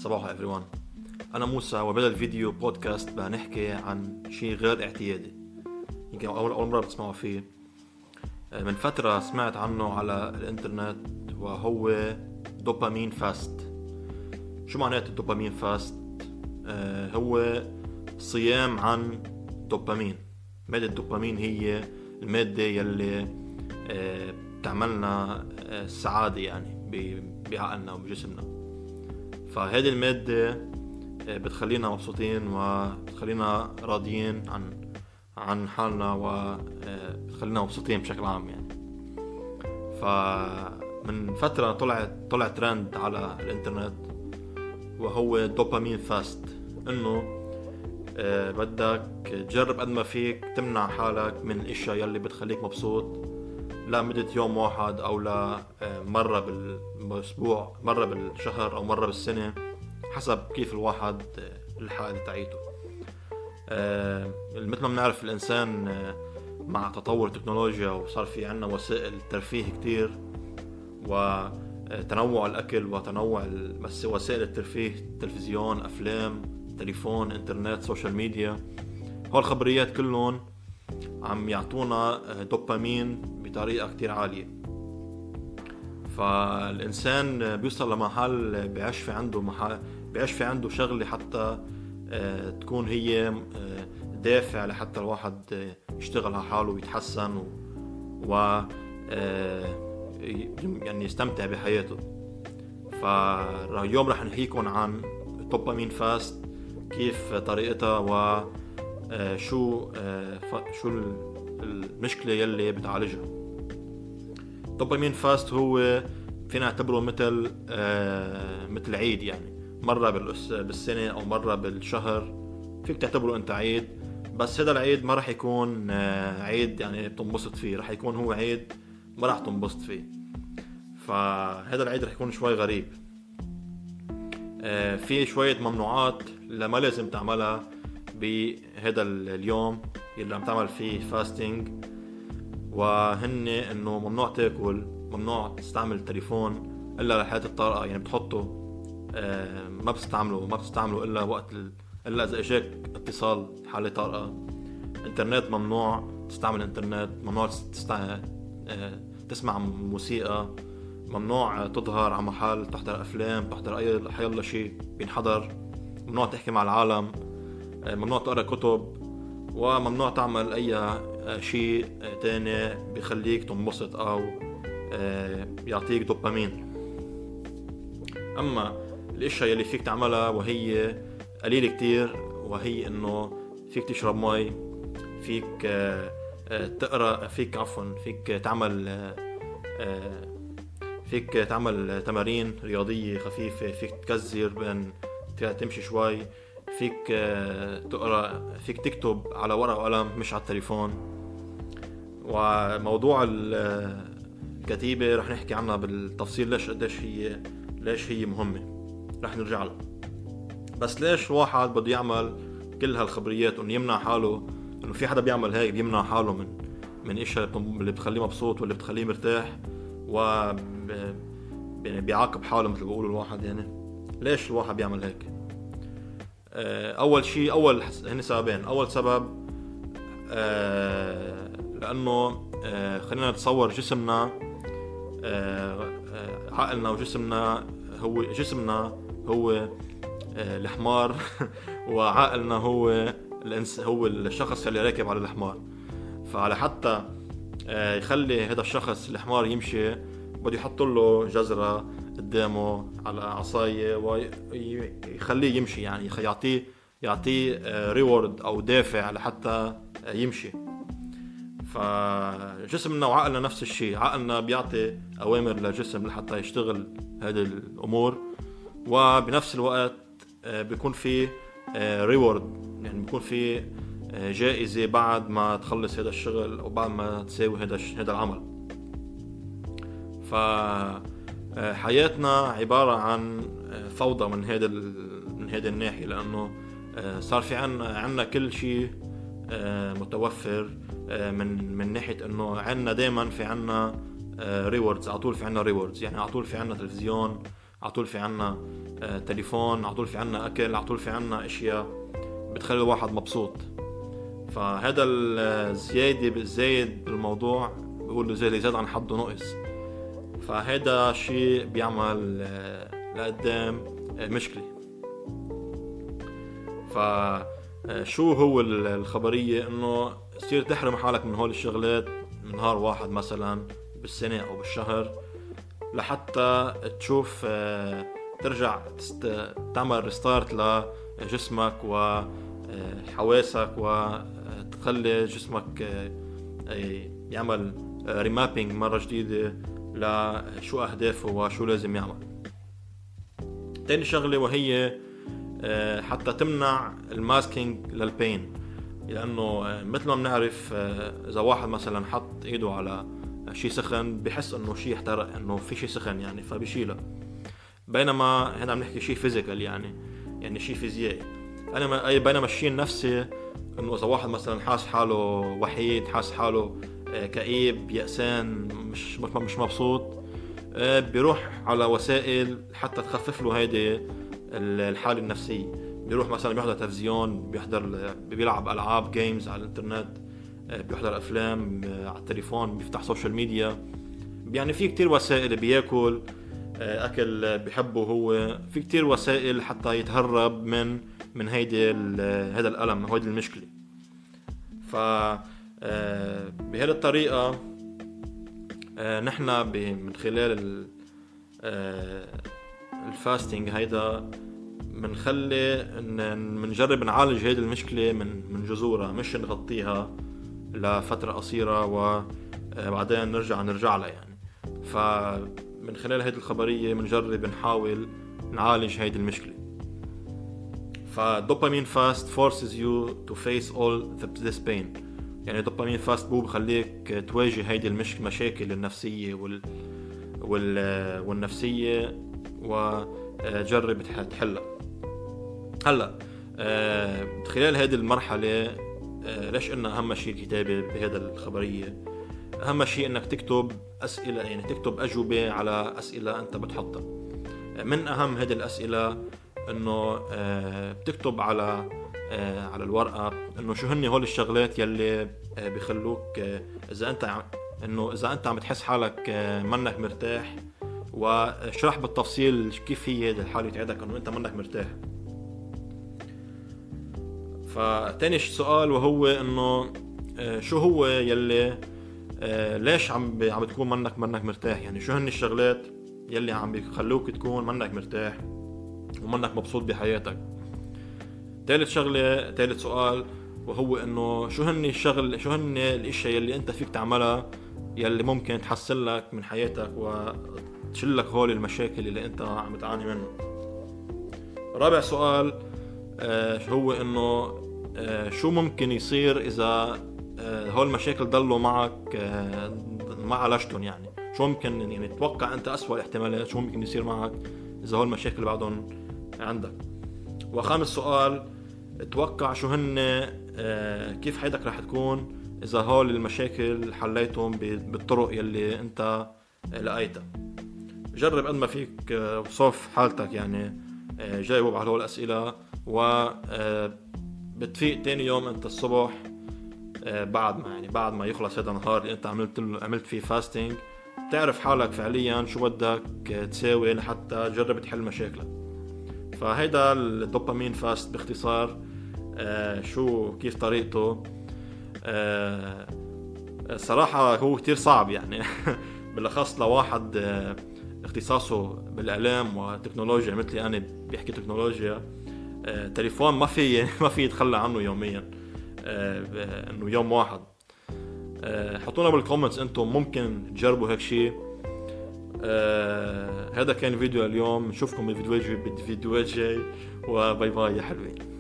صباح everyone. أنا موسى، وبهذا الفيديو بودكاست بنحكي عن شيء غير اعتيادي، يمكن أول مرة بتسمعوا فيه. من فترة سمعت عنه على الإنترنت، وهو دوبامين فاست. شو معناته الدوبامين فاست؟ هو صيام عن دوبامين. مادة الدوبامين هي المادة يلي بتعملنا السعادة يعني بعقلنا وبجسمنا. فهذه المادة بتخلينا مبسوطين وبتخلينا راضيين عن حالنا، وبتخلينا مبسوطين بشكل عام يعني. فمن فترة طلع ترند على الانترنت، وهو دوبامين فاست. انه بدك تجرب قد ما فيك تمنع حالك من الاشياء يلي بتخليك مبسوط لمدة يوم واحد، او مرة بالاسبوع، مرة بالشهر، او مرة بالسنة، حسب كيف الواحد الحالة تاعيته. مثل ما بنعرف الانسان مع تطور التكنولوجيا وصار في عنا وسائل ترفيه كتير، وتنوع الاكل وتنوع وسائل الترفيه، تلفزيون، افلام، تليفون، انترنت، سوشيال ميديا. هول الخبريات كلهم عم يعطونا دوبامين بطريقة كتير عالية. فالإنسان بيوصل لمحل بيعيش في عنده شغلة حتى تكون هي دافع لحتى الواحد يشتغل على حاله ويتحسن يعني يستمتع بحياته. فاليوم رح نحكيكم عن دوبامين فاست، كيف طريقتها، وشو المشكلة يلي بتعالجها. دوبامين فاست هو فينا نعتبره مثل عيد يعني، مرة بالسنة أو مرة بالشهر فيك تعتبره أنت عيد. بس هذا العيد ما رح يكون عيد يعني بتنبسط فيه، رح يكون هو عيد ما رح تنبسط فيه. فهذا العيد رح يكون شوي غريب. في شوية ممنوعات اللي ما لازم تعملها بهذا اليوم اللي عم تعمل فيه فاستينج، وهن انه ممنوع تاكل، ممنوع تستعمل تليفون الا لحالة الطارئة، يعني بتحطه ما بتستعمله الا الا اذا اجاك اتصال حالة طارئة. انترنت ممنوع تستعمل انترنت، ممنوع تسمع موسيقى، ممنوع تظهر على محل، تحضر افلام، تحضر اي حيالله شيء بينحضر، ممنوع تحكي مع العالم، ممنوع تقرأ كتب، وممنوع تعمل اي شيء تاني بيخليك تنبسط او يعطيك دوبامين. اما الاشياء اللي فيك تعملها وهي قليل كتير، وهي انه فيك تشرب مي، فيك تقرأ، فيك تعمل تمارين رياضية خفيفة، فيك تكزر تمشي شوي، فيك تقرأ، فيك تكتب على ورقة وقلم مش على التليفون. وموضوع الكتيبة رح نحكي عنها بالتفصيل، ليش هي مهمة، رح نرجع لها. بس ليش الواحد بده يعمل كل هالخبريات انه يمنع حاله، انه في حدا بيعمل هيك، بيمنع حاله من اشياء اللي بتخليه مبسوط واللي بتخليه مرتاح، يعني بيعاقب حاله مثل بيقولوا الواحد. يعني ليش الواحد بيعمل هيك؟ اول شيء، هن سببين. اول سبب لانه خلينا نتصور جسمنا، عقلنا وجسمنا، جسمنا هو الحمار وعقلنا هو الشخص اللي راكب على الحمار. فعلى حتى يخلي هذا الشخص الحمار يمشي، بده يحط له جزرة قدامه على عصاية ويخليه يمشي، يعني يعطيه ريورد او دافع لحتى يمشي. فجسمنا وعقلنا نفس الشيء، عقلنا بيعطي اوامر للجسم لحتى يشتغل هذه الامور، وبنفس الوقت بيكون في ريورد، يعني بيكون في جائزة بعد ما تخلص هذا الشغل او بعد ما تساوي هذا العمل. فحياتنا عبارة عن فوضى من هذه الناحية، لأنه صار في عنا كل شيء متوفر، من ناحية أنه عنا دايما في عنا ريوردز، على طول في عنا ريوردز، يعني على طول في عنا تلفزيون، على طول في عنا تليفون، على طول في عنا أكل، على طول في عنا أشياء بتخلي الواحد مبسوط. فهذا الزايد بالموضوع بيقول له زي اللي زاد عن حده نقص. فهذا شيء بيعمل لقدام مشكلة. فشو هو الخبرية؟ انه تصير تحرم حالك من هول الشغلات من نهار واحد مثلا بالسنة او بالشهر، لحتى تشوف ترجع تعمل ريستارت لجسمك وحواسك، وتخلي جسمك يعمل ريمابينج مرة جديدة لشو أهدافه وشو لازم يعمل. تاني شغلة وهي حتى تمنع الماسكينج للبين، لأنه مثل ما بنعرف إذا واحد مثلا حط إيده على شيء سخن بحس إنه شيء احترق، إنه في شيء سخن يعني، فبيشيله. بينما هنا عم نحكي شيء فيزيكال يعني شيء فيزيائي. أنا بينما الشيء النفسي إنه إذا واحد مثلا حاس حاله وحيد، حاس حاله كئيب، يأسان، مش مبسوط، بيروح على وسائل حتى تخفف له هيدي الحالة النفسية. بيروح مثلا بيحضر تلفزيون، بيلعب ألعاب جيمز على الانترنت، بيحضر أفلام على التليفون، بيفتح سوشيال ميديا. يعني في كتير وسائل، بياكل أكل بيحبه هو، في كتير وسائل حتى يتهرب من هذا الألم، هيدي المشكلة. بهذه الطريقة نحن من خلال الفاستنج هيدا منجرب نعالج هيدي المشكلة من جذورها، مش نغطيها لفترة قصيرة وبعدين نرجع لها يعني. فمن خلال هيدي الخبرية منجرب نحاول نعالج هيدي المشكلة. فالدوبامين فاست forces you to face all this pain. يعني دوبامين فاست بخليك تواجه هيدي المشاكل النفسية والنفسية وجرب تحلها. هلا خلال هذه المرحلة ليش قلنا أهم شيء الكتابة بهذا الخبرية؟ أهم شيء إنك تكتب أسئلة، يعني تكتب أجوبة على أسئلة أنت بتحطها. من أهم هذه الأسئلة إنه بتكتب على الورقة إنه شو هني هول الشغلات يلي بيخلوك إذا أنت عم تحس حالك منك مرتاح، وشرح بالتفصيل كيف هي هذه الحالة تعيدك إنه أنت منك مرتاح. فتاني سؤال وهو إنه شو هو يلي ليش عم تكون منك مرتاح؟ يعني شو هني الشغلات يلي عم بيخلوك تكون منك مرتاح ومنك مبسوط بحياتك. ثالث سؤال وهو انه شو هن الاشياء يلي انت فيك تعملها يلي ممكن تحسن لك من حياتك وتشلك هول المشاكل اللي انت عم تعاني منه. رابع سؤال هو انه شو ممكن يصير اذا هول المشاكل ضلوا معك ما عالجتهم. يعني شو ممكن يعني تتوقع انت اسوأ الاحتمالات، شو ممكن يصير معك اذا هول المشاكل بعدهم عندك. وخامس سؤال اتوقع شو هن كيف حياتك راح تكون اذا هول المشاكل حليتهم بالطرق يلي انت لقيتها. جرب قد ما فيك وصف حالتك، يعني جاوب على هول الاسئله، و بتفيق تاني يوم انت الصبح بعد ما يخلص هذا النهار اللي انت عملت فيه فاستنج، تعرف حالك فعليا شو بدك تساوي لحتى تجرب تحل مشاكلك. فهيدا الدوبامين فاست باختصار كيف طريقته. صراحة هو كتير صعب يعني بالأخص لواحد اختصاصه بالإعلام وتكنولوجيا مثلي أنا بيحكي تكنولوجيا. تليفون ما في يتخلى عنه يوميا، انه يوم واحد. حطونا بالكومنتس انتم ممكن تجربوا هيك شيء. هذا كان فيديو اليوم، نشوفكم بالفيديو الجاي، وباي باي يا حلوين.